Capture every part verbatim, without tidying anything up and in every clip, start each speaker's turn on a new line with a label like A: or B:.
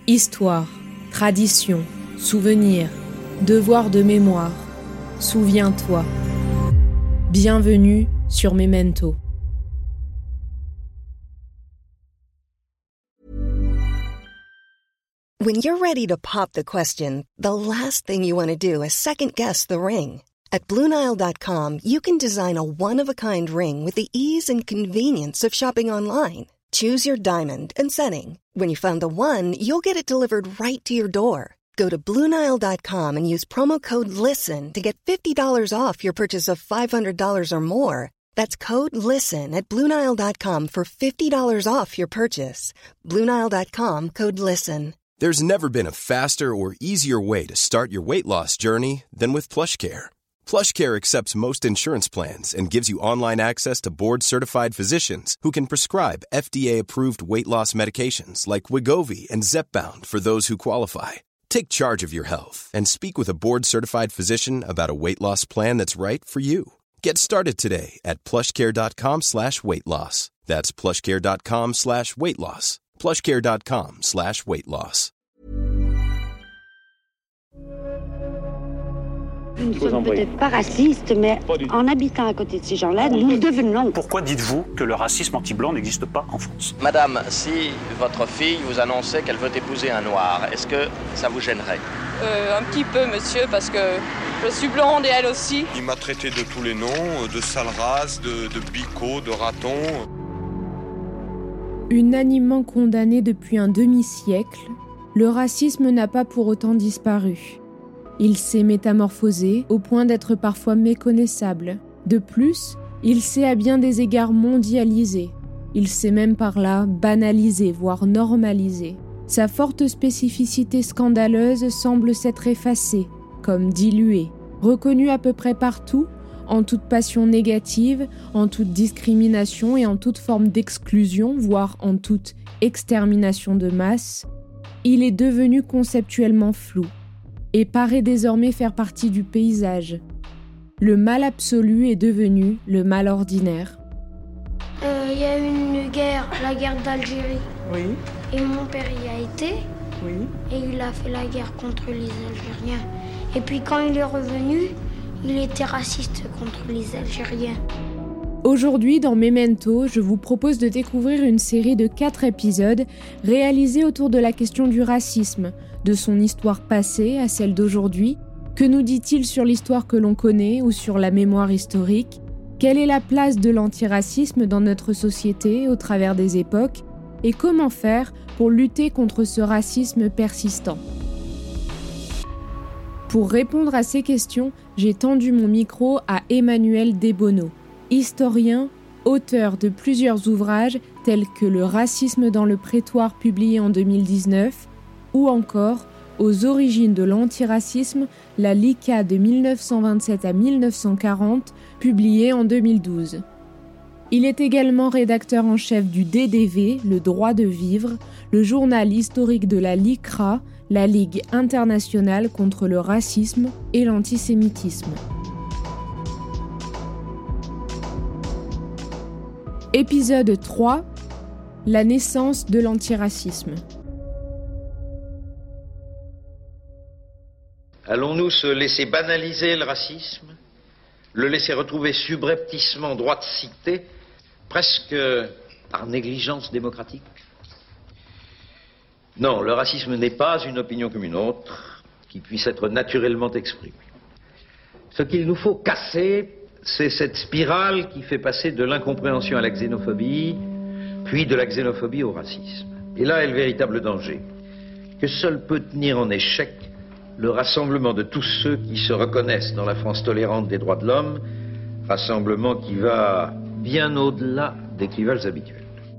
A: Histoire, tradition, souvenir, devoir de mémoire. Souviens-toi. Bienvenue sur Memento.
B: When you're ready to pop the question, the last thing you want to do is second-guess the ring. At Blue Nile dot com, you can design a one-of-a-kind ring with the ease and convenience of shopping online. Choose your diamond and setting. When you find the one, you'll get it delivered right to your door. Go to Blue Nile dot com and use promo code LISTEN to get fifty dollars off your purchase of five hundred dollars or more. That's code LISTEN at Blue Nile dot com for fifty dollars off your purchase. Blue Nile dot com, code LISTEN.
C: There's never been a faster or easier way to start your weight loss journey than with PlushCare. PlushCare accepts most insurance plans and gives you online access to board-certified physicians who can prescribe F D A-approved weight loss medications like Wegovy and Zepbound for those who qualify. Take charge of your health and speak with a board-certified physician about a weight loss plan that's right for you. Get started today at plushcare.com slash weight loss. That's plushcare.com slash weight loss. plushcare.com slash weight loss.
D: Nous ne sommes peut-être pas racistes, mais en habitant à côté de ces gens-là, nous le devenons.
E: Pourquoi dites-vous que le racisme anti-blanc n'existe pas en France ?
F: Madame, si votre fille vous annonçait qu'elle veut épouser un noir, est-ce que ça vous gênerait ?
G: euh, Un petit peu, monsieur, parce que je suis blonde et elle aussi.
H: Il m'a traité de tous les noms, de sale race, de, de bico, de raton.
A: Unanimement condamné depuis un demi-siècle, le racisme n'a pas pour autant disparu. Il s'est métamorphosé au point d'être parfois méconnaissable. De plus, il s'est à bien des égards mondialisé. Il s'est même par là banalisé, voire normalisé. Sa forte spécificité scandaleuse semble s'être effacée, comme diluée, reconnue à peu près partout, en toute passion négative, en toute discrimination et en toute forme d'exclusion, voire en toute extermination de masse. Il est devenu conceptuellement flou et paraît désormais faire partie du paysage. Le mal absolu est devenu le mal ordinaire.
I: Il euh, y a eu une guerre, la guerre d'Algérie.
J: Oui.
I: Et mon père y a été.
J: Oui.
I: Et il a fait la guerre contre les Algériens. Et puis quand il est revenu, il était raciste contre les Algériens.
A: Aujourd'hui, dans Memento, je vous propose de découvrir une série de quatre épisodes réalisés autour de la question du racisme, de son histoire passée à celle d'aujourd'hui. Que nous dit-il sur l'histoire que l'on connaît ou sur la mémoire historique ? Quelle est la place de l'antiracisme dans notre société au travers des époques ? Et comment faire pour lutter contre ce racisme persistant ? Pour répondre à ces questions, j'ai tendu mon micro à Emmanuel Desbonneaux, historien, auteur de plusieurs ouvrages tels que Le racisme dans le prétoire publié en deux mille dix-neuf ou encore Aux origines de l'antiracisme, la L I C A de mille neuf cent vingt-sept à mille neuf cent quarante, publié en deux mille douze. Il est également rédacteur en chef du D D V, Le droit de vivre, le journal historique de la L I C R A, la Ligue internationale contre le racisme et l'antisémitisme. Épisode trois. La naissance de l'antiracisme.
K: Allons-nous se laisser banaliser le racisme, le laisser retrouver subrepticement droit de cité, presque par négligence démocratique ? Non, le racisme n'est pas une opinion comme une autre qui puisse être naturellement exprimée. Ce qu'il nous faut casser, c'est cette spirale qui fait passer de l'incompréhension à la xénophobie, puis de la xénophobie au racisme. Et là est le véritable danger, que seul peut tenir en échec le rassemblement de tous ceux qui se reconnaissent dans la France tolérante des droits de l'homme, rassemblement qui va bien au-delà des clivages habituels.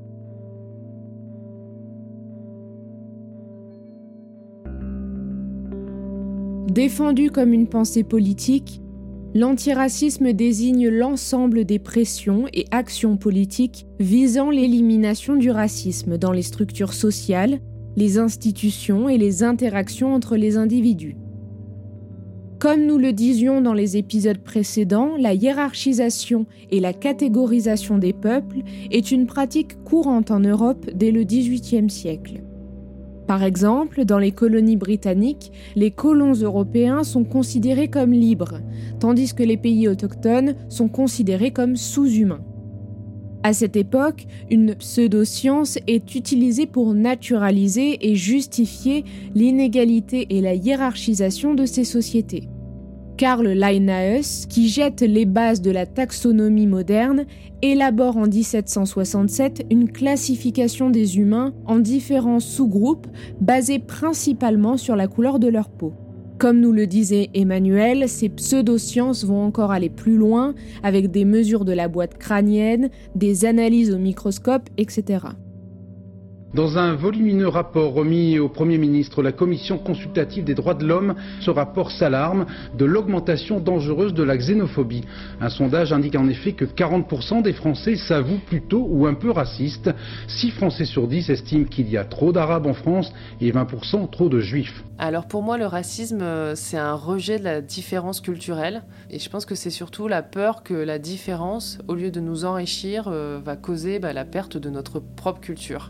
A: Défendu comme une pensée politique, l'antiracisme désigne l'ensemble des pressions et actions politiques visant l'élimination du racisme dans les structures sociales, les institutions et les interactions entre les individus. Comme nous le disions dans les épisodes précédents, la hiérarchisation et la catégorisation des peuples est une pratique courante en Europe dès le dix-huitième siècle. Par exemple, dans les colonies britanniques, les colons européens sont considérés comme libres, tandis que les pays autochtones sont considérés comme sous-humains. À cette époque, une pseudo-science est utilisée pour naturaliser et justifier l'inégalité et la hiérarchisation de ces sociétés. Karl Linnaeus, qui jette les bases de la taxonomie moderne, élabore en dix-sept cent soixante-sept une classification des humains en différents sous-groupes basés principalement sur la couleur de leur peau. Comme nous le disait Emmanuel, ces pseudosciences vont encore aller plus loin avec des mesures de la boîte crânienne, des analyses au microscope, et cetera.
J: Dans un volumineux rapport remis au Premier ministre, la Commission consultative des droits de l'homme, ce rapport s'alarme de l'augmentation dangereuse de la xénophobie. Un sondage indique en effet que quarante pour cent des Français s'avouent plutôt ou un peu racistes. six Français sur dix estiment qu'il y a trop d'Arabes en France et vingt pour cent trop de Juifs.
L: Alors pour moi, le racisme, c'est un rejet de la différence culturelle. Et je pense que c'est surtout la peur que la différence, au lieu de nous enrichir, euh, va causer bah, la perte de notre propre culture.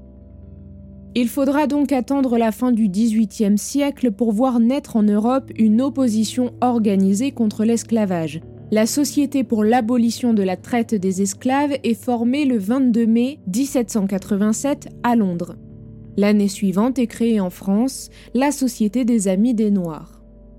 A: Il faudra donc attendre la fin du dix-huitième siècle pour voir naître en Europe une opposition organisée contre l'esclavage. La Société pour l'abolition de la traite des esclaves est formée le vingt-deux mai dix-sept cent quatre-vingt-sept à Londres. L'année suivante est créée en France la Société des Amis des Noirs.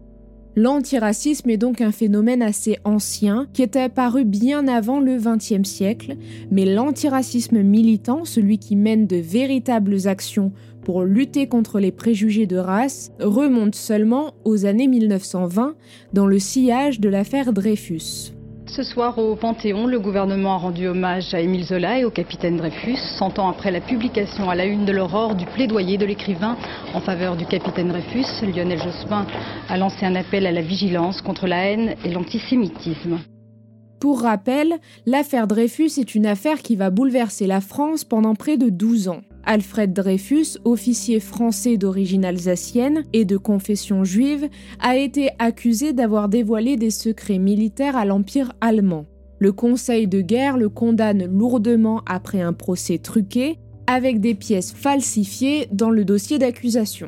A: L'antiracisme est donc un phénomène assez ancien qui est apparu bien avant le vingtième siècle, mais l'antiracisme militant, celui qui mène de véritables actions pour lutter contre les préjugés de race, remonte seulement aux années mille neuf cent vingt dans le sillage de l'affaire Dreyfus.
M: Ce soir au Panthéon, le gouvernement a rendu hommage à Émile Zola et au capitaine Dreyfus, cent ans après la publication à la une de l'Aurore du plaidoyer de l'écrivain en faveur du capitaine Dreyfus. Lionel Jospin a lancé un appel à la vigilance contre la haine et l'antisémitisme.
A: Pour rappel, l'affaire Dreyfus est une affaire qui va bouleverser la France pendant près de douze ans. Alfred Dreyfus, officier français d'origine alsacienne et de confession juive, a été accusé d'avoir dévoilé des secrets militaires à l'Empire allemand. Le Conseil de guerre le condamne lourdement après un procès truqué, avec des pièces falsifiées dans le dossier d'accusation.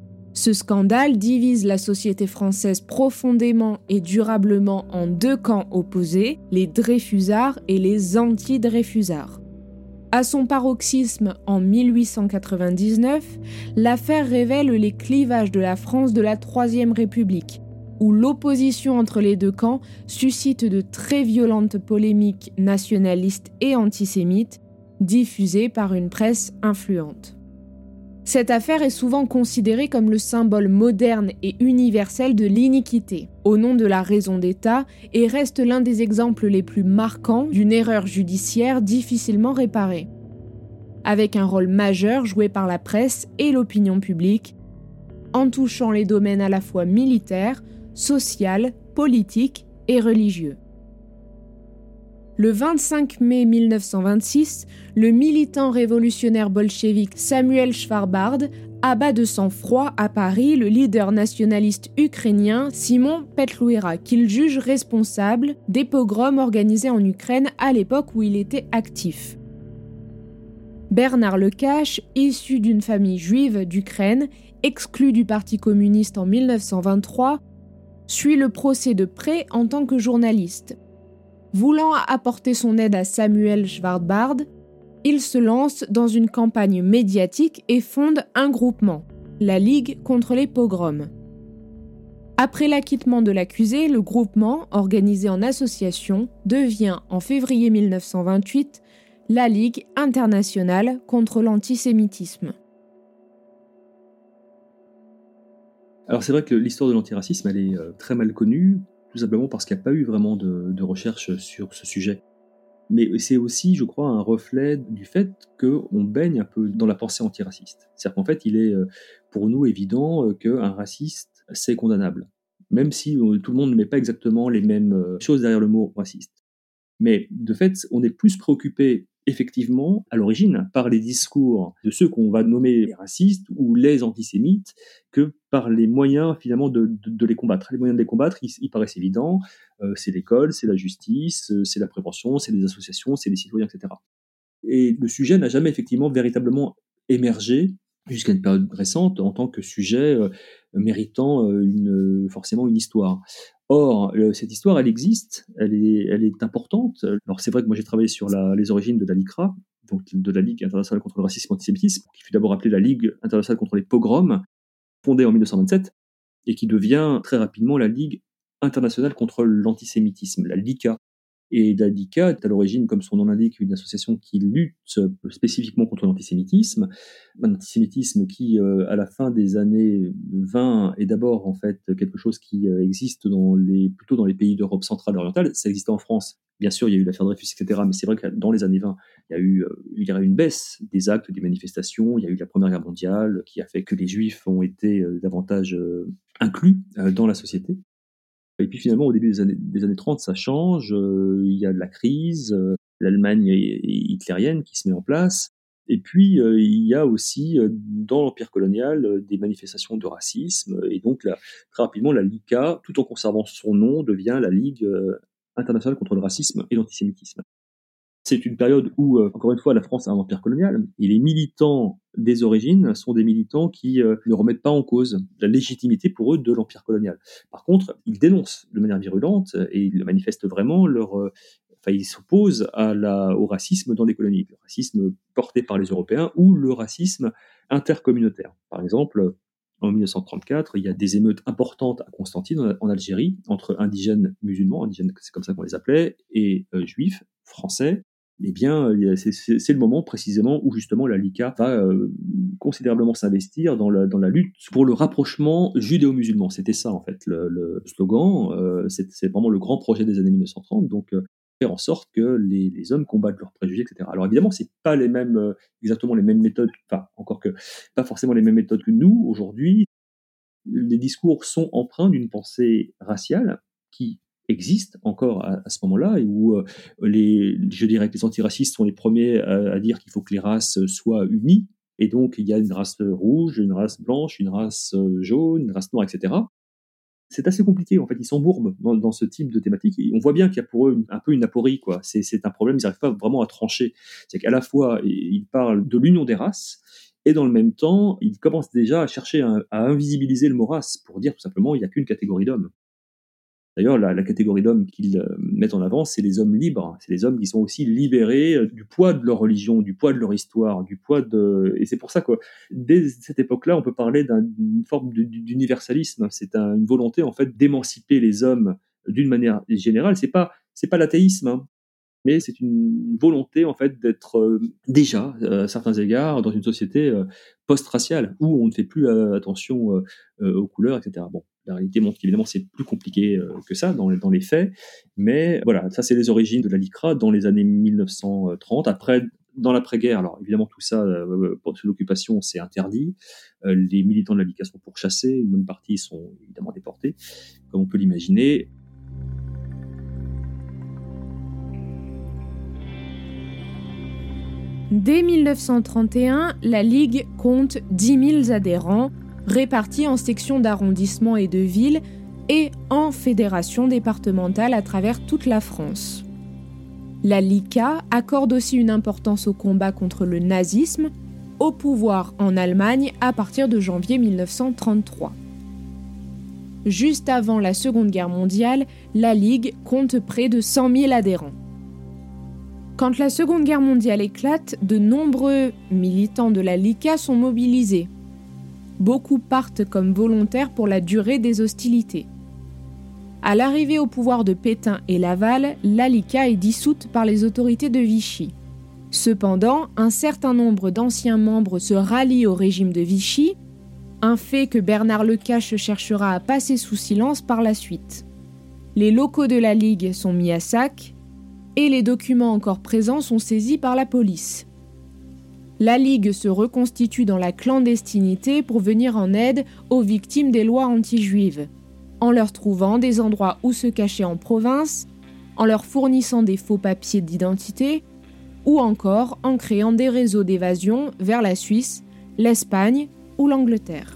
A: Ce scandale divise la société française profondément et durablement en deux camps opposés, les Dreyfusards et les anti-Dreyfusards. À son paroxysme en mille huit cent quatre-vingt-dix-neuf, l'affaire révèle les clivages de la France de la Troisième République, où l'opposition entre les deux camps suscite de très violentes polémiques nationalistes et antisémites, diffusées par une presse influente. Cette affaire est souvent considérée comme le symbole moderne et universel de l'iniquité, au nom de la raison d'État, et reste l'un des exemples les plus marquants d'une erreur judiciaire difficilement réparée. Avec un rôle majeur joué par la presse et l'opinion publique, en touchant les domaines à la fois militaires, social, politique et religieux. Le vingt-cinq mai mille neuf cent vingt-six, le militant révolutionnaire bolchevique Samuel Schwarbard abat de sang-froid à Paris le leader nationaliste ukrainien Simon Petlouera, qu'il juge responsable des pogroms organisés en Ukraine à l'époque où il était actif. Bernard Lecache, issu d'une famille juive d'Ukraine, exclu du Parti communiste en mille neuf cent vingt-trois, suit le procès de près en tant que journaliste. Voulant apporter son aide à Samuel Schwarbard, il se lance dans une campagne médiatique et fonde un groupement, la Ligue contre les pogroms. Après l'acquittement de l'accusé, le groupement, organisé en association, devient en février mille neuf cent vingt-huit la Ligue internationale contre l'antisémitisme.
N: Alors c'est vrai que l'histoire de l'antiracisme, elle est euh, très mal connue, tout simplement parce qu'il n'y a pas eu vraiment de, de recherche sur ce sujet. Mais c'est aussi, je crois, un reflet du fait qu'on baigne un peu dans la pensée antiraciste. C'est-à-dire qu'en fait, il est pour nous évident qu'un raciste, c'est condamnable. Même si tout le monde ne met pas exactement les mêmes choses derrière le mot raciste. Mais de fait, on est plus préoccupé, effectivement, à l'origine, par les discours de ceux qu'on va nommer les racistes ou les antisémites, que par les moyens, finalement, de, de, de les combattre. Les moyens de les combattre, ils, ils paraissent évidents. Euh, c'est l'école, c'est la justice, euh, c'est la prévention, c'est les associations, c'est les citoyens, et cetera. Et le sujet n'a jamais, effectivement, véritablement émergé jusqu'à une période récente, en tant que sujet euh, méritant euh, une, forcément une histoire. Or, euh, cette histoire, elle existe, elle est, elle est importante. Alors, c'est vrai que moi, j'ai travaillé sur la, les origines de la LICRA, donc de la Ligue internationale contre le racisme et l'antisémitisme, qui fut d'abord appelée la Ligue internationale contre les pogroms, fondée en mille neuf cent vingt-sept, et qui devient très rapidement la Ligue internationale contre l'antisémitisme, la LICA. Et la LICA est à l'origine, comme son nom l'indique, une association qui lutte spécifiquement contre l'antisémitisme. Un antisémitisme qui, euh, à la fin des années vingt, est d'abord en fait quelque chose qui euh, existe dans les, plutôt dans les pays d'Europe centrale et orientale. Ça existait en France. Bien sûr, il y a eu l'affaire Dreyfus, et cetera. Mais c'est vrai que dans les années vingt, il y a eu, euh, il y a eu une baisse des actes, des manifestations. Il y a eu la Première Guerre mondiale qui a fait que les Juifs ont été euh, davantage euh, inclus euh, dans la société. Et puis finalement, au début des années, des années trente, ça change, euh, il y a de la crise, euh, l'Allemagne hitlérienne qui se met en place, et puis euh, il y a aussi, euh, dans l'Empire colonial, euh, des manifestations de racisme, et donc là, très rapidement, la LICA, tout en conservant son nom, devient la Ligue euh, internationale contre le racisme et l'antisémitisme. C'est une période où, euh, encore une fois, la France a un empire colonial, et les militants des origines sont des militants qui euh, ne remettent pas en cause la légitimité pour eux de l'empire colonial. Par contre, ils dénoncent de manière virulente et ils manifestent vraiment leur... Euh, enfin, ils s'opposent à la, au racisme dans les colonies, le racisme porté par les Européens ou le racisme intercommunautaire. Par exemple, en mille neuf cent trente-quatre, il y a des émeutes importantes à Constantine, en Algérie, entre indigènes musulmans, indigènes, c'est comme ça qu'on les appelait, et euh, juifs, français. Eh bien, c'est, c'est, c'est le moment précisément où justement la LICA va euh, considérablement s'investir dans la, dans la lutte pour le rapprochement judéo-musulman. C'était ça en fait le, le slogan. Euh, c'est, c'est vraiment le grand projet des années mille neuf cent trente. Donc, euh, faire en sorte que les, les hommes combattent leurs préjugés, et cetera. Alors évidemment, c'est pas les mêmes, euh, exactement les mêmes méthodes. Enfin, encore que pas forcément les mêmes méthodes que nous aujourd'hui. Les discours sont empreints d'une pensée raciale qui existe encore à, à ce moment-là, et où euh, les, je dirais que les antiracistes sont les premiers à, à dire qu'il faut que les races soient unies, et donc il y a une race rouge, une race blanche, une race jaune, une race noire, et cetera. C'est assez compliqué, en fait, ils s'embourbent dans, dans ce type de thématique, et on voit bien qu'il y a pour eux une, un peu une aporie, quoi. C'est, c'est un problème, ils n'arrivent pas vraiment à trancher. C'est qu'à la fois, ils parlent de l'union des races, et dans le même temps, ils commencent déjà à chercher à, à invisibiliser le mot race, pour dire tout simplement, il n'y a qu'une catégorie d'hommes. D'ailleurs, la, la catégorie d'hommes qu'ils euh, mettent en avant, c'est les hommes libres. C'est les hommes qui sont aussi libérés euh, du poids de leur religion, du poids de leur histoire, du poids de... Et c'est pour ça que, dès cette époque-là, on peut parler d'un, d'une forme de, d'universalisme. C'est un, une volonté, en fait, d'émanciper les hommes d'une manière générale. C'est pas, c'est pas l'athéisme, hein, mais c'est une volonté, en fait, d'être euh, déjà, euh, à certains égards, dans une société euh, post-raciale, où on ne fait plus euh, attention euh, euh, aux couleurs, et cetera. Bon, la réalité montre qu'évidemment, c'est plus compliqué euh, que ça dans les, dans les faits, mais voilà, ça, c'est les origines de la LICRA dans les années mille neuf cent trente. Après, dans l'après-guerre, alors évidemment, tout ça, euh, pour l'occupation, c'est interdit. Euh, les militants de la LICRA sont pourchassés, une bonne partie sont évidemment déportés, comme on peut l'imaginer.
A: Dès mille neuf cent trente et un, la Ligue compte dix mille adhérents, répartis en sections d'arrondissement et de villes et en fédérations départementales à travers toute la France. La LICA accorde aussi une importance au combat contre le nazisme, au pouvoir en Allemagne à partir de janvier mille neuf cent trente-trois. Juste avant la Seconde Guerre mondiale, la Ligue compte près de cent mille adhérents. Quand la Seconde Guerre mondiale éclate, de nombreux militants de la LICA sont mobilisés. Beaucoup partent comme volontaires pour la durée des hostilités. À l'arrivée au pouvoir de Pétain et Laval, la LICA est dissoute par les autorités de Vichy. Cependant, un certain nombre d'anciens membres se rallient au régime de Vichy, un fait que Bernard Lecache cherchera à passer sous silence par la suite. Les locaux de la Ligue sont mis à sac, et les documents encore présents sont saisis par la police. La Ligue se reconstitue dans la clandestinité pour venir en aide aux victimes des lois anti-juives, en leur trouvant des endroits où se cacher en province, en leur fournissant des faux papiers d'identité, ou encore en créant des réseaux d'évasion vers la Suisse, l'Espagne ou l'Angleterre.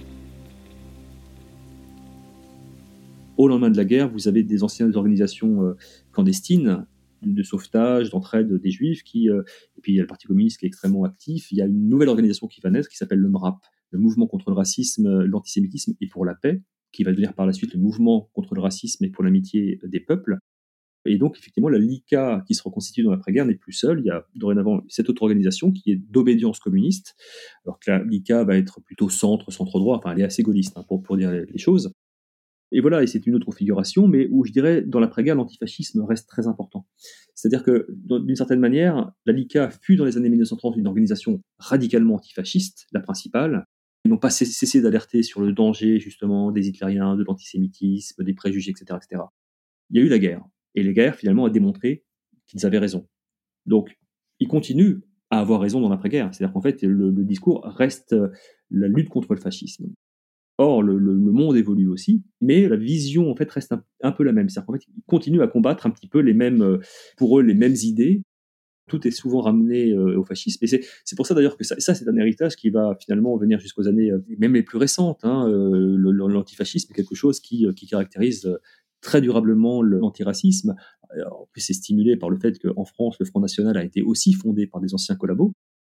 N: Au lendemain de la guerre, vous avez des anciennes organisations euh, clandestines de sauvetage, d'entraide des Juifs, qui, euh, et puis il y a le Parti communiste qui est extrêmement actif. Il y a une nouvelle organisation qui va naître qui s'appelle le M R A P, le mouvement contre le racisme, l'antisémitisme et pour la paix, qui va devenir par la suite le mouvement contre le racisme et pour l'amitié des peuples. Et donc, effectivement, la L I C A, qui se reconstitue dans l'après-guerre, n'est plus seule. Il y a dorénavant cette autre organisation qui est d'obédience communiste, alors que la L I C A va être plutôt centre, centre-droit, enfin, elle est assez gaulliste, hein, pour, pour dire les choses. Et voilà, et c'est une autre configuration, mais où, je dirais, dans l'après-guerre, l'antifascisme reste très important. C'est-à-dire que, d'une certaine manière, la L I C A fut, dans les années dix-neuf cent trente, une organisation radicalement antifasciste, la principale. Ils n'ont pas cessé d'alerter sur le danger, justement, des hitlériens, de l'antisémitisme, des préjugés, et cetera, et cetera. Il y a eu la guerre. Et la guerre, finalement, a démontré qu'ils avaient raison. Donc, ils continuent à avoir raison dans l'après-guerre. C'est-à-dire qu'en fait, le, le discours reste la lutte contre le fascisme. Or, le, le, le monde évolue aussi, mais la vision, en fait, reste un, un peu la même. C'est-à-dire qu'en fait, ils continuent à combattre un petit peu les mêmes, pour eux, les mêmes idées. Tout est souvent ramené euh, au fascisme. Et c'est, c'est pour ça, d'ailleurs, que ça, ça, c'est un héritage qui va finalement venir jusqu'aux années, euh, même les plus récentes. Hein, euh, le, l'antifascisme est quelque chose qui, qui caractérise euh, très durablement l'antiracisme. Alors, en plus, c'est stimulé par le fait qu'en France, le Front National a été aussi fondé par des anciens collabos,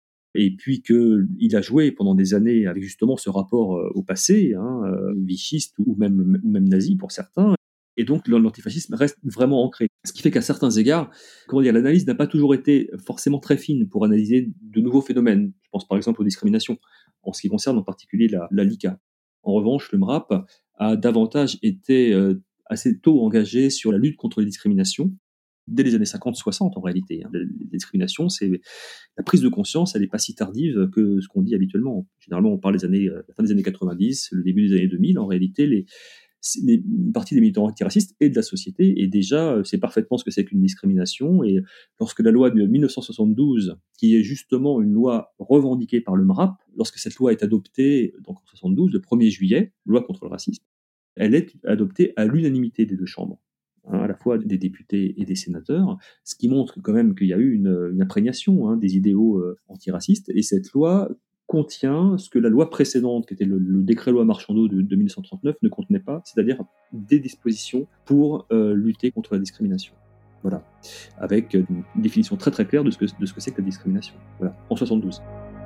N: et puis qu'il a joué pendant des années avec justement ce rapport euh, au passé, hein, euh, vichiste ou même, ou même nazi pour certains, et donc l'antifascisme reste vraiment ancré. Ce qui fait qu'à certains égards, comment dire, l'analyse n'a pas toujours été forcément très fine pour analyser de nouveaux phénomènes. Je pense par exemple aux discriminations, en ce qui concerne en particulier la, la L I C A. En revanche, le M R A P a davantage été euh, assez tôt engagé sur la lutte contre les discriminations, dès les années cinquante soixante en réalité. Hein. Les discriminations, c'est la prise de conscience, elle n'est pas si tardive que ce qu'on dit habituellement. Généralement, on parle des années, la fin des années quatre-vingt-dix, le début des années deux mille. En réalité, les, les, une partie des militants antiracistes et de la société, et déjà, c'est parfaitement ce que c'est qu'une discrimination. Et lorsque la loi de dix-neuf cent soixante-douze, qui est justement une loi revendiquée par le M R A P, lorsque cette loi est adoptée, donc en soixante-douze, le premier juillet, loi contre le racisme, elle est adoptée à l'unanimité des deux chambres, hein, à la fois des députés et des sénateurs, ce qui montre quand même qu'il y a eu une, une imprégnation hein, des idéaux euh, antiracistes, et cette loi contient ce que la loi précédente, qui était le, le décret-loi Marchandeau de, de dix-neuf cent trente-neuf, ne contenait pas, c'est-à-dire des dispositions pour euh, lutter contre la discrimination. Voilà, avec une définition très très claire de ce que, de ce que c'est que la discrimination. Voilà, en soixante-douze.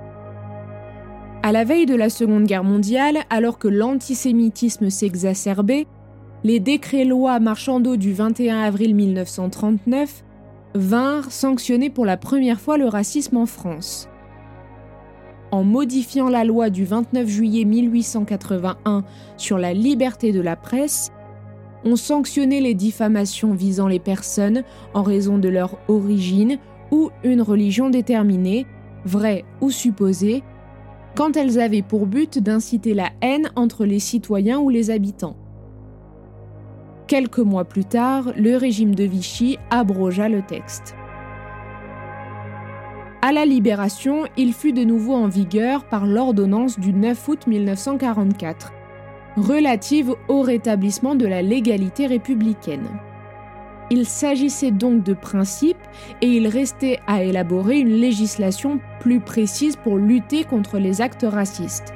A: À la veille de la Seconde Guerre mondiale, alors que l'antisémitisme s'exacerbait, les décrets-lois Marchandeau du vingt et un avril mille neuf cent trente-neuf vinrent sanctionner pour la première fois le racisme en France. En modifiant la loi du vingt-neuf juillet mille huit cent quatre-vingt-un sur la liberté de la presse, on sanctionnait les diffamations visant les personnes en raison de leur origine ou une religion déterminée, vraie ou supposée, quand elles avaient pour but d'inciter la haine entre les citoyens ou les habitants. Quelques mois plus tard, le régime de Vichy abrogea le texte. À la Libération, il fut de nouveau en vigueur par l'ordonnance du neuf août mille neuf cent quarante-quatre, relative au rétablissement de la légalité républicaine. Il s'agissait donc de principes et il restait à élaborer une législation plus précise pour lutter contre les actes racistes.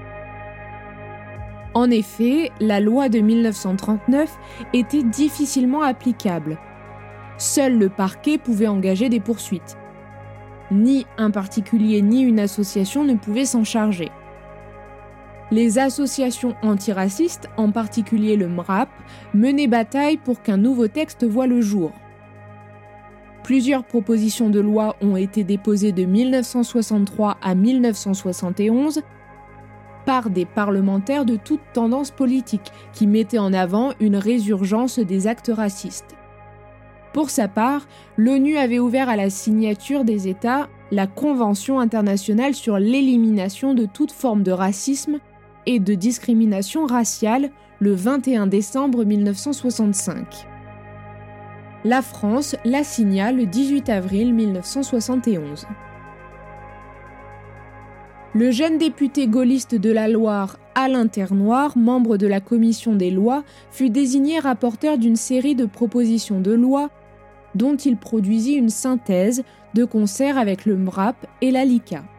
A: En effet, la loi de mille neuf cent trente-neuf était difficilement applicable. Seul le parquet pouvait engager des poursuites. Ni un particulier ni une association ne pouvaient s'en charger. Les associations antiracistes, en particulier le M R A P, menaient bataille pour qu'un nouveau texte voie le jour. Plusieurs propositions de loi ont été déposées de mille neuf cent soixante-trois à mille neuf cent soixante et onze par des parlementaires de toute tendance politique qui mettaient en avant une résurgence des actes racistes. Pour sa part, l'ONU avait ouvert à la signature des États la Convention internationale sur l'élimination de toute forme de racisme et de discrimination raciale le vingt et un décembre mille neuf cent soixante-cinq. La France la signa le dix-huit avril mille neuf cent soixante et onze. Le jeune député gaulliste de la Loire, Alain Ternoir, membre de la commission des lois, fut désigné rapporteur d'une série de propositions de loi dont il produisit une synthèse de concert avec le M R A P et la L I C A.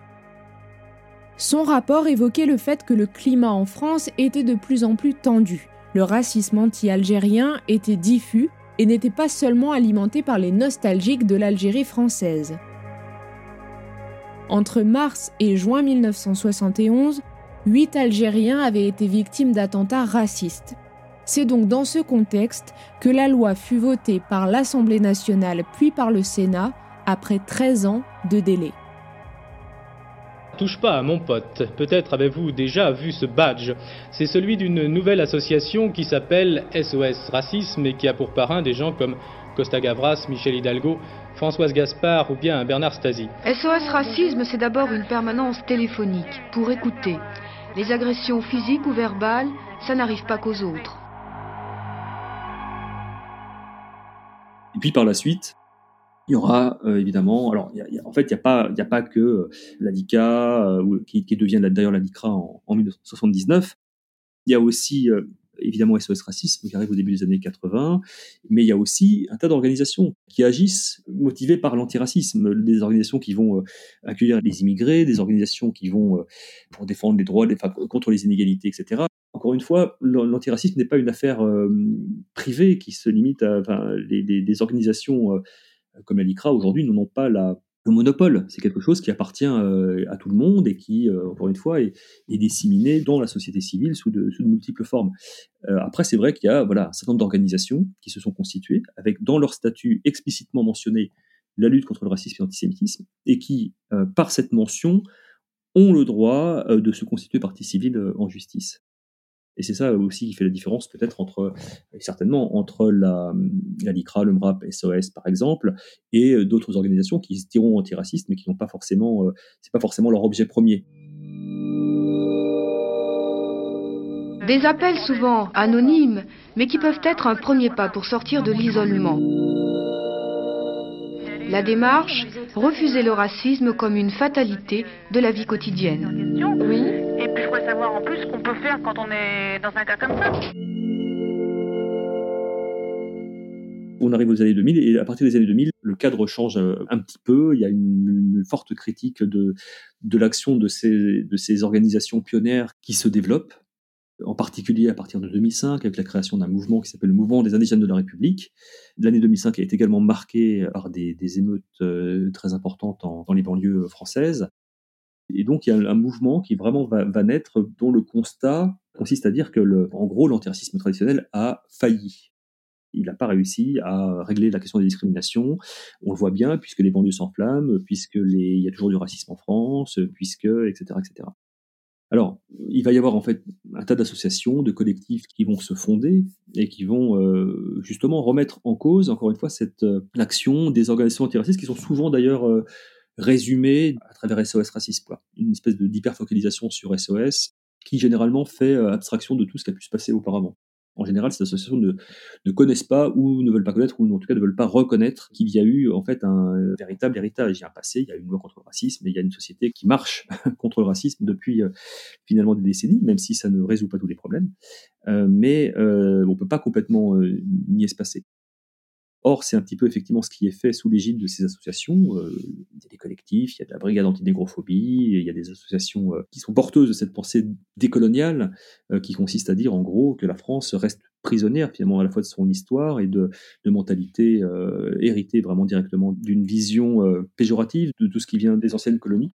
A: Son rapport évoquait le fait que le climat en France était de plus en plus tendu. Le racisme anti-algérien était diffus et n'était pas seulement alimenté par les nostalgiques de l'Algérie française. Entre mars et juin mille neuf cent soixante et onze, Huit Algériens avaient été victimes d'attentats racistes. C'est donc dans ce contexte que la loi fut votée par l'Assemblée nationale puis par le Sénat après treize ans de délai.
O: Touche pas à mon pote. Peut-être avez-vous déjà vu ce badge. C'est celui d'une nouvelle association qui s'appelle S O S Racisme et qui a pour parrain des gens comme Costa Gavras, Michel Hidalgo, Françoise Gaspard ou bien Bernard Stasi.
P: S O S Racisme, c'est d'abord une permanence téléphonique pour écouter. Les agressions physiques ou verbales, ça n'arrive pas qu'aux autres.
N: Et puis par la suite, il y aura euh, évidemment, alors y a, y a, en fait, il n'y a pas, il y a pas que euh, l'A D I C A euh, qui, qui devient d'ailleurs l'A D I C R A en, en dix-neuf cent soixante-dix-neuf. Il y a aussi euh, évidemment S O S Racisme qui arrive au début des années quatre-vingts, mais il y a aussi un tas d'organisations qui agissent motivées par l'antiracisme, des organisations qui vont euh, accueillir les immigrés, des organisations qui vont euh, pour défendre les droits, les, enfin, contre les inégalités, et cetera. Encore une fois, l'antiracisme n'est pas une affaire euh, privée qui se limite à enfin, les, les, les organisations euh, comme l'A D I C R A aujourd'hui n'en ont pas la, le monopole. C'est quelque chose qui appartient euh, à tout le monde et qui, euh, encore une fois, est, est disséminé dans la société civile sous de, sous de multiples formes. Euh, après, c'est vrai qu'il y a voilà, un certain nombre d'organisations qui se sont constituées avec dans leur statut explicitement mentionné la lutte contre le racisme et l'antisémitisme et qui, euh, par cette mention, ont le droit euh, de se constituer partie civile euh, en justice. Et c'est ça aussi qui fait la différence peut-être entre, certainement, entre la, la L I C R A, le M R A P, S O S par exemple, et d'autres organisations qui se diront antiracistes, mais qui n'ont pas forcément, euh, c'est pas forcément leur objet premier.
P: Des appels souvent anonymes, mais qui peuvent être un premier pas pour sortir de l'isolement. La démarche, refuser le racisme comme une fatalité de la vie quotidienne.
Q: Oui. Et puis je voudrais savoir en plus ce qu'on peut faire quand on est dans un cas comme ça.
N: On arrive aux années deux mille et à partir des années deux mille, le cadre change un petit peu. Il y a une, une forte critique de, de l'action de ces, de ces organisations pionnières qui se développent, en particulier à partir de deux mille cinq, avec la création d'un mouvement qui s'appelle le Mouvement des Indigènes de la République. L'année deux mille cinq a été également marquée par des, des émeutes euh, très importantes en, dans les banlieues françaises. Et donc, il y a un mouvement qui vraiment va, va naître, dont le constat consiste à dire que, le, en gros, l'antiracisme traditionnel a failli. Il n'a pas réussi à régler la question des discriminations. On le voit bien, puisque les banlieues s'enflamment, puisque les, il y a toujours du racisme en France, puisque, et cetera, et cetera. Alors, il va y avoir en fait un tas d'associations, de collectifs qui vont se fonder et qui vont euh, justement remettre en cause, encore une fois, cette euh, l'action des organisations antiracistes qui sont souvent d'ailleurs euh, résumées à travers S O S Racisme, quoi. Une espèce de, d'hyperfocalisation sur S O S qui généralement fait euh, abstraction de tout ce qui a pu se passer auparavant. En général, ces associations ne, ne connaissent pas ou ne veulent pas connaître ou en tout cas ne veulent pas reconnaître qu'il y a eu en fait un véritable héritage. Il y a un passé, il y a une loi contre le racisme et il y a une société qui marche contre le racisme depuis euh, finalement des décennies, même si ça ne résout pas tous les problèmes. Euh, mais euh, on ne peut pas complètement euh, nier ce passé. Or, c'est un petit peu effectivement ce qui est fait sous l'égide de ces associations. Euh, il y a des collectifs, il y a de la brigade antinégrophobie, il y a des associations euh, qui sont porteuses de cette pensée décoloniale euh, qui consiste à dire en gros que la France reste prisonnière finalement à la fois de son histoire et de, de mentalités euh, héritées vraiment directement d'une vision euh, péjorative de tout ce qui vient des anciennes colonies.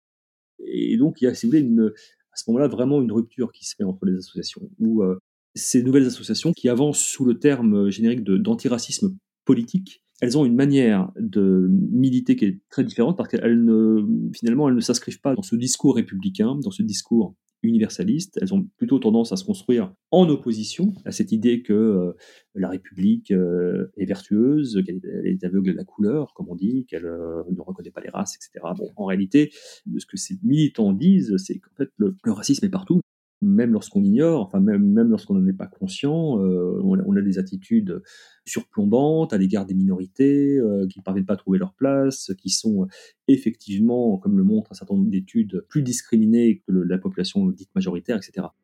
N: Et donc, il y a, si vous voulez, une, à ce moment-là, vraiment une rupture qui se fait entre les associations, où euh, ces nouvelles associations qui avancent sous le terme générique de, d'antiracisme politique, elles ont une manière de militer qui est très différente parce qu'elles ne, finalement, elles ne s'inscrivent pas dans ce discours républicain, dans ce discours universaliste. Elles ont plutôt tendance à se construire en opposition à cette idée que euh, la République euh, est vertueuse, qu'elle est aveugle à la couleur, comme on dit, qu'elle euh, ne reconnaît pas les races, et cetera. Bon, en réalité, ce que ces militants disent, c'est qu'en fait, le, le racisme est partout. Même lorsqu'on l'ignore, enfin même, même lorsqu'on n'en est pas conscient, euh, on, a, on a des attitudes surplombantes à l'égard des minorités euh, qui ne parviennent pas à trouver leur place, qui sont effectivement, comme le montrent un certain nombre d'études, plus discriminées que le, la population dite majoritaire, et cetera.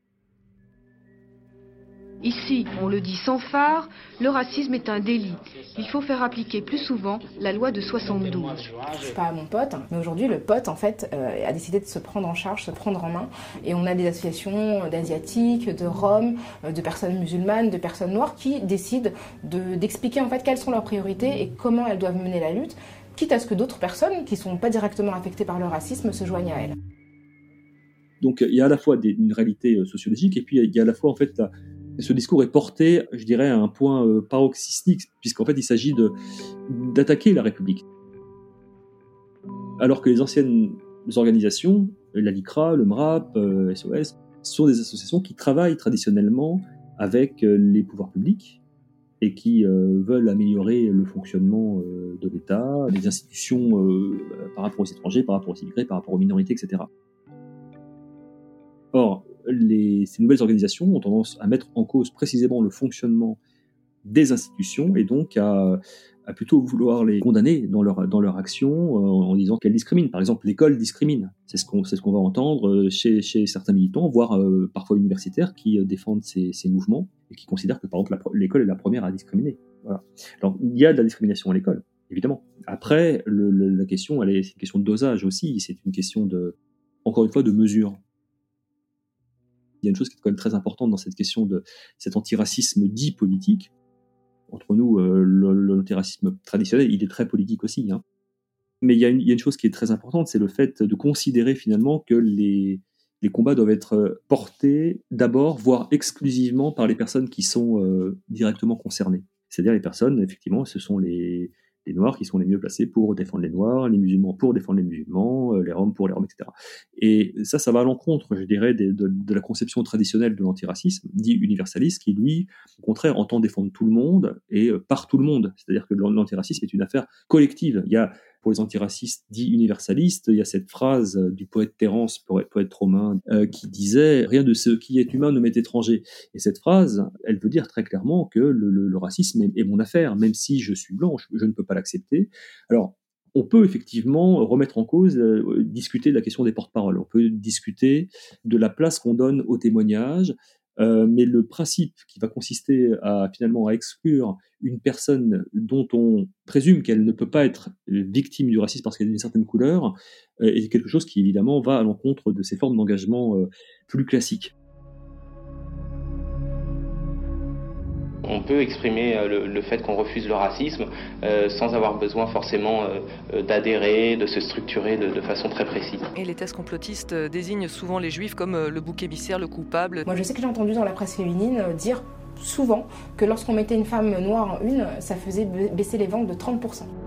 P: Ici, on le dit sans phare, le racisme est un délit. Il faut faire appliquer plus souvent la loi de soixante-douze.
R: Je suis pas à mon pote, mais aujourd'hui le pote en fait euh, a décidé de se prendre en charge, se prendre en main. Et on a des associations d'asiatiques, de roms, euh, de personnes musulmanes, de personnes noires qui décident de, d'expliquer en fait quelles sont leurs priorités et comment elles doivent mener la lutte, quitte à ce que d'autres personnes qui sont pas directement affectées par le racisme se joignent à elles.
N: Donc il y a à la fois des, une réalité sociologique et puis il y a à la fois en fait la, ce discours est porté, je dirais, à un point euh, paroxystique, puisqu'en fait il s'agit de, d'attaquer la République. Alors que les anciennes organisations, la LICRA, le MRAP, euh, S O S, sont des associations qui travaillent traditionnellement avec euh, les pouvoirs publics et qui euh, veulent améliorer le fonctionnement euh, de l'État, les institutions euh, par rapport aux étrangers, par rapport aux immigrés, par rapport aux minorités, et cetera. Or, les, ces nouvelles organisations ont tendance à mettre en cause précisément le fonctionnement des institutions et donc à, à plutôt vouloir les condamner dans leur, dans leur action euh, en disant qu'elles discriminent. Par exemple, l'école discrimine. C'est ce qu'on, c'est ce qu'on va entendre chez, chez certains militants, voire euh, parfois universitaires, qui euh, défendent ces, ces mouvements et qui considèrent que, par exemple, la, l'école est la première à discriminer. Voilà. Alors, il y a de la discrimination à l'école, évidemment. Après, le, le, la question, elle est, c'est une question de dosage aussi. C'est une question de, encore une fois, de mesure. Il y a une chose qui est quand même très importante dans cette question de cet antiracisme dit politique. Entre nous, euh, le, l'antiracisme traditionnel, il est très politique aussi. Hein. Mais il y, a une, il y a une chose qui est très importante, c'est le fait de considérer finalement que les, les combats doivent être portés d'abord, voire exclusivement par les personnes qui sont euh, directement concernées. C'est-à-dire les personnes, effectivement, ce sont les, les Noirs qui sont les mieux placés pour défendre les Noirs, les musulmans pour défendre les musulmans, les Roms pour les Roms, et cetera. Et ça, ça va à l'encontre, je dirais, de, de, de la conception traditionnelle de l'antiracisme, dit universaliste, qui, lui, au contraire, entend défendre tout le monde et euh, par tout le monde. C'est-à-dire que l'antiracisme est une affaire collective. Il y a, pour les antiracistes dits universalistes, il y a cette phrase du poète Terence, poète romain, euh, qui disait « Rien de ce qui est humain ne m'est étranger ». Et cette phrase, elle veut dire très clairement que le, le, le racisme est, est mon affaire, même si je suis blanc, je, je ne peux pas l'accepter. Alors, on peut effectivement remettre en cause, euh, discuter de la question des porte-paroles. On peut discuter de la place qu'on donne au témoignage, euh, mais le principe qui va consister à finalement à exclure une personne dont on présume qu'elle ne peut pas être victime du racisme parce qu'elle a une certaine couleur, euh, est quelque chose qui évidemment va à l'encontre de ces formes d'engagement euh, plus classiques.
S: On peut exprimer le, le fait qu'on refuse le racisme euh, sans avoir besoin forcément euh, d'adhérer, de se structurer de, de façon très précise.
T: Et les thèses complotistes désignent souvent les juifs comme le bouc émissaire, le coupable.
R: Moi je sais que j'ai entendu dans la presse féminine dire souvent que lorsqu'on mettait une femme noire en une, ça faisait baisser les ventes de trente pour cent.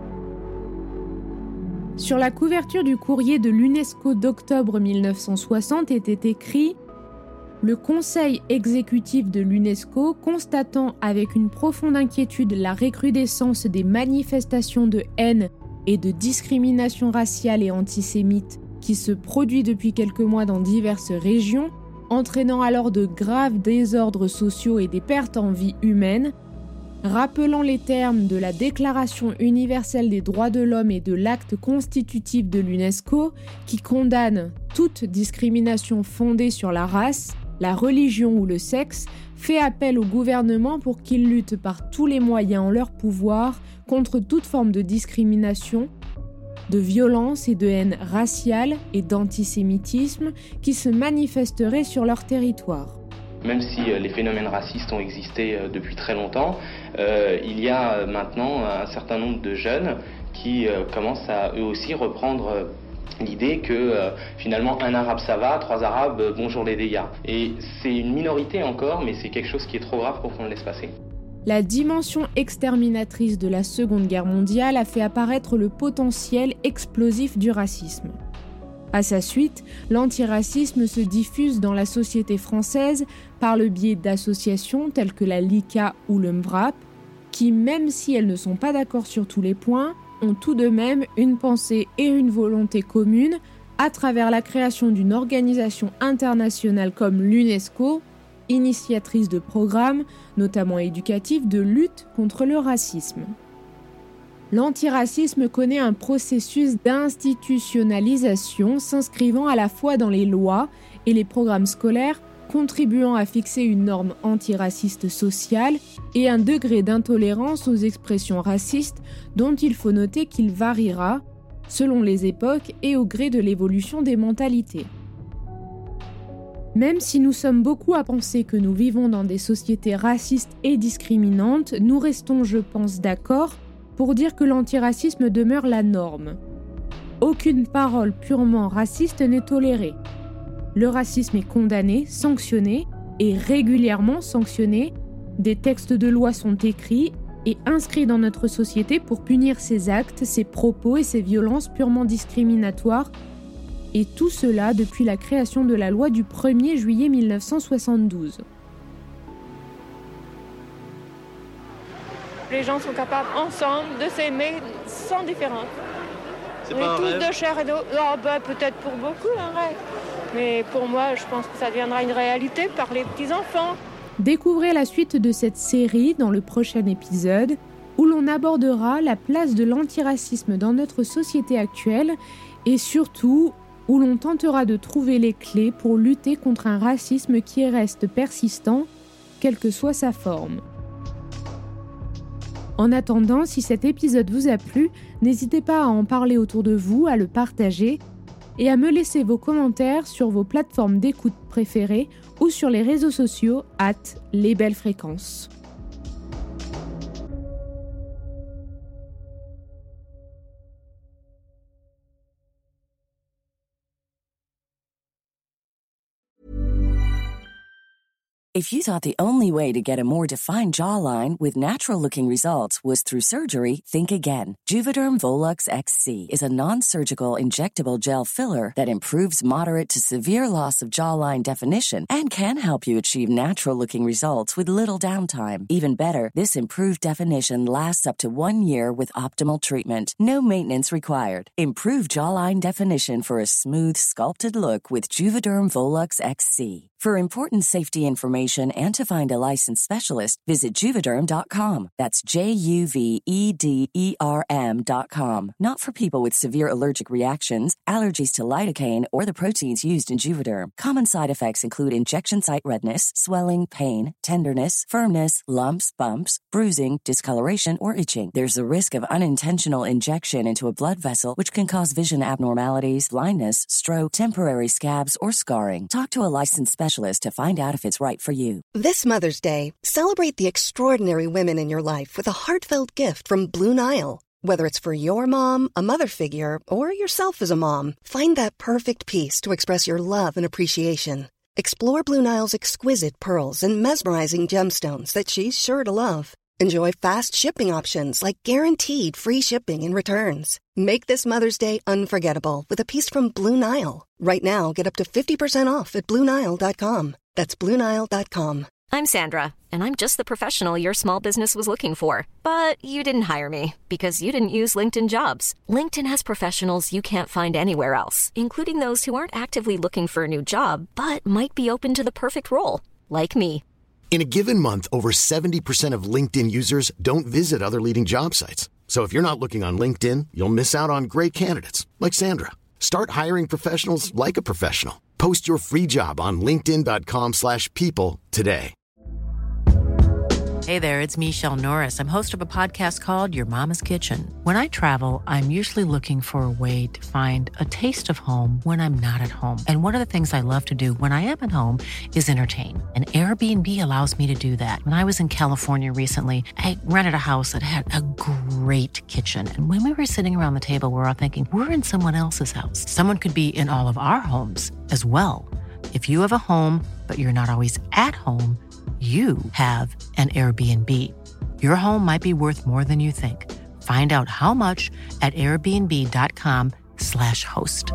A: Sur la couverture du courrier de l'UNESCO d'octobre mille neuf cent soixante était écrit « Le Conseil exécutif de l'UNESCO, constatant avec une profonde inquiétude la recrudescence des manifestations de haine et de discrimination raciale et antisémite qui se produit depuis quelques mois dans diverses régions, entraînant alors de graves désordres sociaux et des pertes en vie humaine, rappelant les termes de la Déclaration universelle des droits de l'homme et de l'acte constitutif de l'UNESCO qui condamne toute discrimination fondée sur la race, la religion ou le sexe, fait appel au gouvernement pour qu'il lutte par tous les moyens en leur pouvoir contre toute forme de discrimination, de violence et de haine raciale et d'antisémitisme qui se manifesteraient sur leur territoire.
S: Même si les phénomènes racistes ont existé depuis très longtemps, euh, il y a maintenant un certain nombre de jeunes qui euh, commencent à eux aussi reprendre euh, l'idée que euh, finalement un arabe ça va, trois arabes, euh, bonjour les dégâts. Et c'est une minorité encore, mais c'est quelque chose qui est trop grave pour qu'on le laisse passer.
A: La dimension exterminatrice de la Seconde Guerre mondiale a fait apparaître le potentiel explosif du racisme. À sa suite, l'antiracisme se diffuse dans la société française par le biais d'associations telles que la LICA ou le MVRAP, qui, même si elles ne sont pas d'accord sur tous les points, ont tout de même une pensée et une volonté commune à travers la création d'une organisation internationale comme l'UNESCO, initiatrice de programmes, notamment éducatifs, de lutte contre le racisme. L'antiracisme connaît un processus d'institutionnalisation s'inscrivant à la fois dans les lois et les programmes scolaires, contribuant à fixer une norme antiraciste sociale et un degré d'intolérance aux expressions racistes dont il faut noter qu'il variera selon les époques et au gré de l'évolution des mentalités. Même si nous sommes beaucoup à penser que nous vivons dans des sociétés racistes et discriminantes, nous restons, je pense, d'accord pour dire que l'antiracisme demeure la norme. Aucune parole purement raciste n'est tolérée. Le racisme est condamné, sanctionné, et régulièrement sanctionné. Des textes de loi sont écrits et inscrits dans notre société pour punir ces actes, ces propos et ces violences purement discriminatoires. Et tout cela depuis la création de la loi du premier juillet mille neuf cent soixante-douze.
G: Les gens sont capables ensemble de s'aimer sans différence.
F: C'est
G: On
F: pas un
G: est tous
F: rêve.
G: de chair et d'eau. Oh, bah, peut-être pour beaucoup un rêve. Mais pour moi, je pense que ça deviendra une réalité par les petits-enfants.
A: Découvrez la suite de cette série dans le prochain épisode, où l'on abordera la place de l'antiracisme dans notre société actuelle et surtout où l'on tentera de trouver les clés pour lutter contre un racisme qui reste persistant, quelle que soit sa forme. En attendant, si cet épisode vous a plu, n'hésitez pas à en parler autour de vous, à le partager et à me laisser vos commentaires sur vos plateformes d'écoute préférées ou sur les réseaux sociaux arobase les belles fréquences.
U: If you thought the only way to get a more defined jawline with natural-looking results was through surgery, think again. Juvederm Volux X C is a non-surgical injectable gel filler that improves moderate to severe loss of jawline definition and can help you achieve natural-looking results with little downtime. Even better, this improved definition lasts up to one year with optimal treatment. No maintenance required. Improve jawline definition for a smooth, sculpted look with Juvederm Volux X C. For important safety information and to find a licensed specialist, visit Juvederm dot com. That's J U V E D E R M dot com. Not for people with severe allergic reactions, allergies to lidocaine, or the proteins used in Juvederm. Common side effects include injection site redness, swelling, pain, tenderness, firmness, lumps, bumps, bruising, discoloration, or itching. There's a risk of unintentional injection into a blood vessel, which can cause vision abnormalities, blindness, stroke, temporary scabs, or scarring. Talk to a licensed specialist to find out if it's right for you.
B: This Mother's Day, celebrate the extraordinary women in your life with a heartfelt gift from Blue Nile. Whether it's for your mom, a mother figure, or yourself as a mom, find that perfect piece to express your love and appreciation. Explore Blue Nile's exquisite pearls and mesmerizing gemstones that she's sure to love. Enjoy fast shipping options like guaranteed free shipping and returns. Make this Mother's Day unforgettable with a piece from Blue Nile. Right now, get up to fifty percent off at Blue Nile dot com. That's Blue Nile dot com.
V: I'm Sandra, and I'm just the professional your small business was looking for. But you didn't hire me because you didn't use LinkedIn Jobs. LinkedIn has professionals you can't find anywhere else, including those who aren't actively looking for a new job, but might be open to the perfect role, like me.
W: In a given month, over seventy percent of LinkedIn users don't visit other leading job sites. So if you're not looking on LinkedIn, you'll miss out on great candidates like Sandra. Start hiring professionals like a professional. Post your free job on linkedin dot com slash people today.
X: Hey there, it's Michelle Norris. I'm host of a podcast called Your Mama's Kitchen. When I travel, I'm usually looking for a way to find a taste of home when I'm not at home. And one of the things I love to do when I am at home is entertain. And Airbnb allows me to do that. When I was in California recently, I rented a house that had a great kitchen. And when we were sitting around the table, we were all thinking, we're in someone else's house. Someone could be in all of our homes as well. If you have a home, but you're not always at home, you have an Airbnb. Your home might be worth more than you think. Find out how much at airbnb dot com slash host.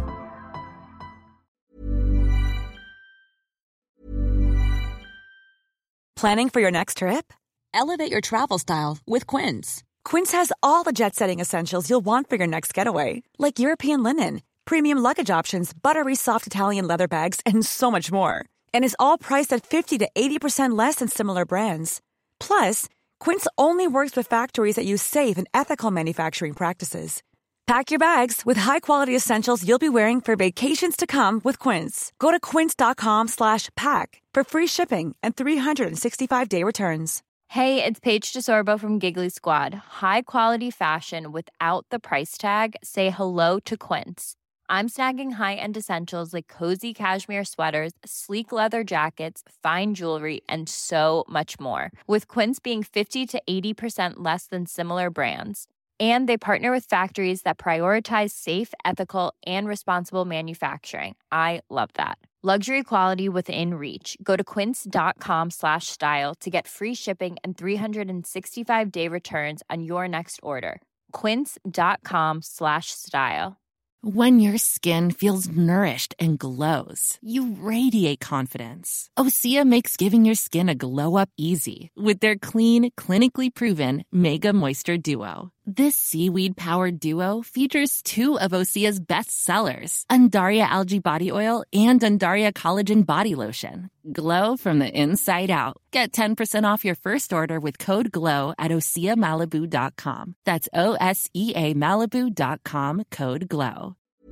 Y: Planning for your next trip? Elevate your travel style with Quince. Quince has all the jet-setting essentials you'll want for your next getaway, like European linen, premium luggage options, buttery soft Italian leather bags, and so much more. And is all priced at fifty to eighty percent less than similar brands. Plus, Quince only works with factories that use safe and ethical manufacturing practices. Pack your bags with high-quality essentials you'll be wearing for vacations to come with Quince. Go to quince dot com slash pack for free shipping and three sixty-five day returns.
Z: Hey, it's Paige DeSorbo from Giggly Squad. High quality fashion without the price tag. Say hello to Quince. I'm snagging high-end essentials like cozy cashmere sweaters, sleek leather jackets, fine jewelry, and so much more. With Quince being fifty to eighty percent less than similar brands. And they partner with factories that prioritize safe, ethical, and responsible manufacturing. I love that. Luxury quality within reach. Go to quince.com slash style to get free shipping and three sixty-five day returns on your next order. Quince.com slash style.
X: When your skin feels nourished and glows, you radiate confidence. Osea makes giving your skin a glow-up easy with their clean, clinically proven Mega Moisture Duo. This seaweed-powered duo features two of Osea's best sellers, Undaria Algae Body Oil and Undaria Collagen Body Lotion. Glow from the inside out. Get ten percent off your first order with code GLOW at osea malibu dot com. That's O S E A Malibu dot com, code GLOW.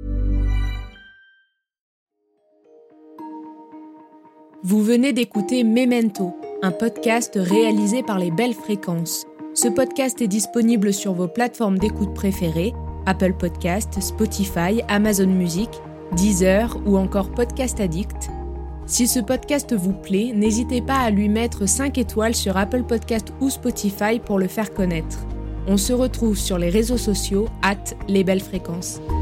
A: Vous venez d'écouter Memento, un podcast réalisé par les Belles Fréquences. Ce podcast est disponible sur vos plateformes d'écoute préférées, Apple Podcasts, Spotify, Amazon Music, Deezer ou encore Podcast Addict. Si ce podcast vous plaît, n'hésitez pas à lui mettre cinq étoiles sur Apple Podcasts ou Spotify pour le faire connaître. On se retrouve sur les réseaux sociaux arobase les belles fréquences.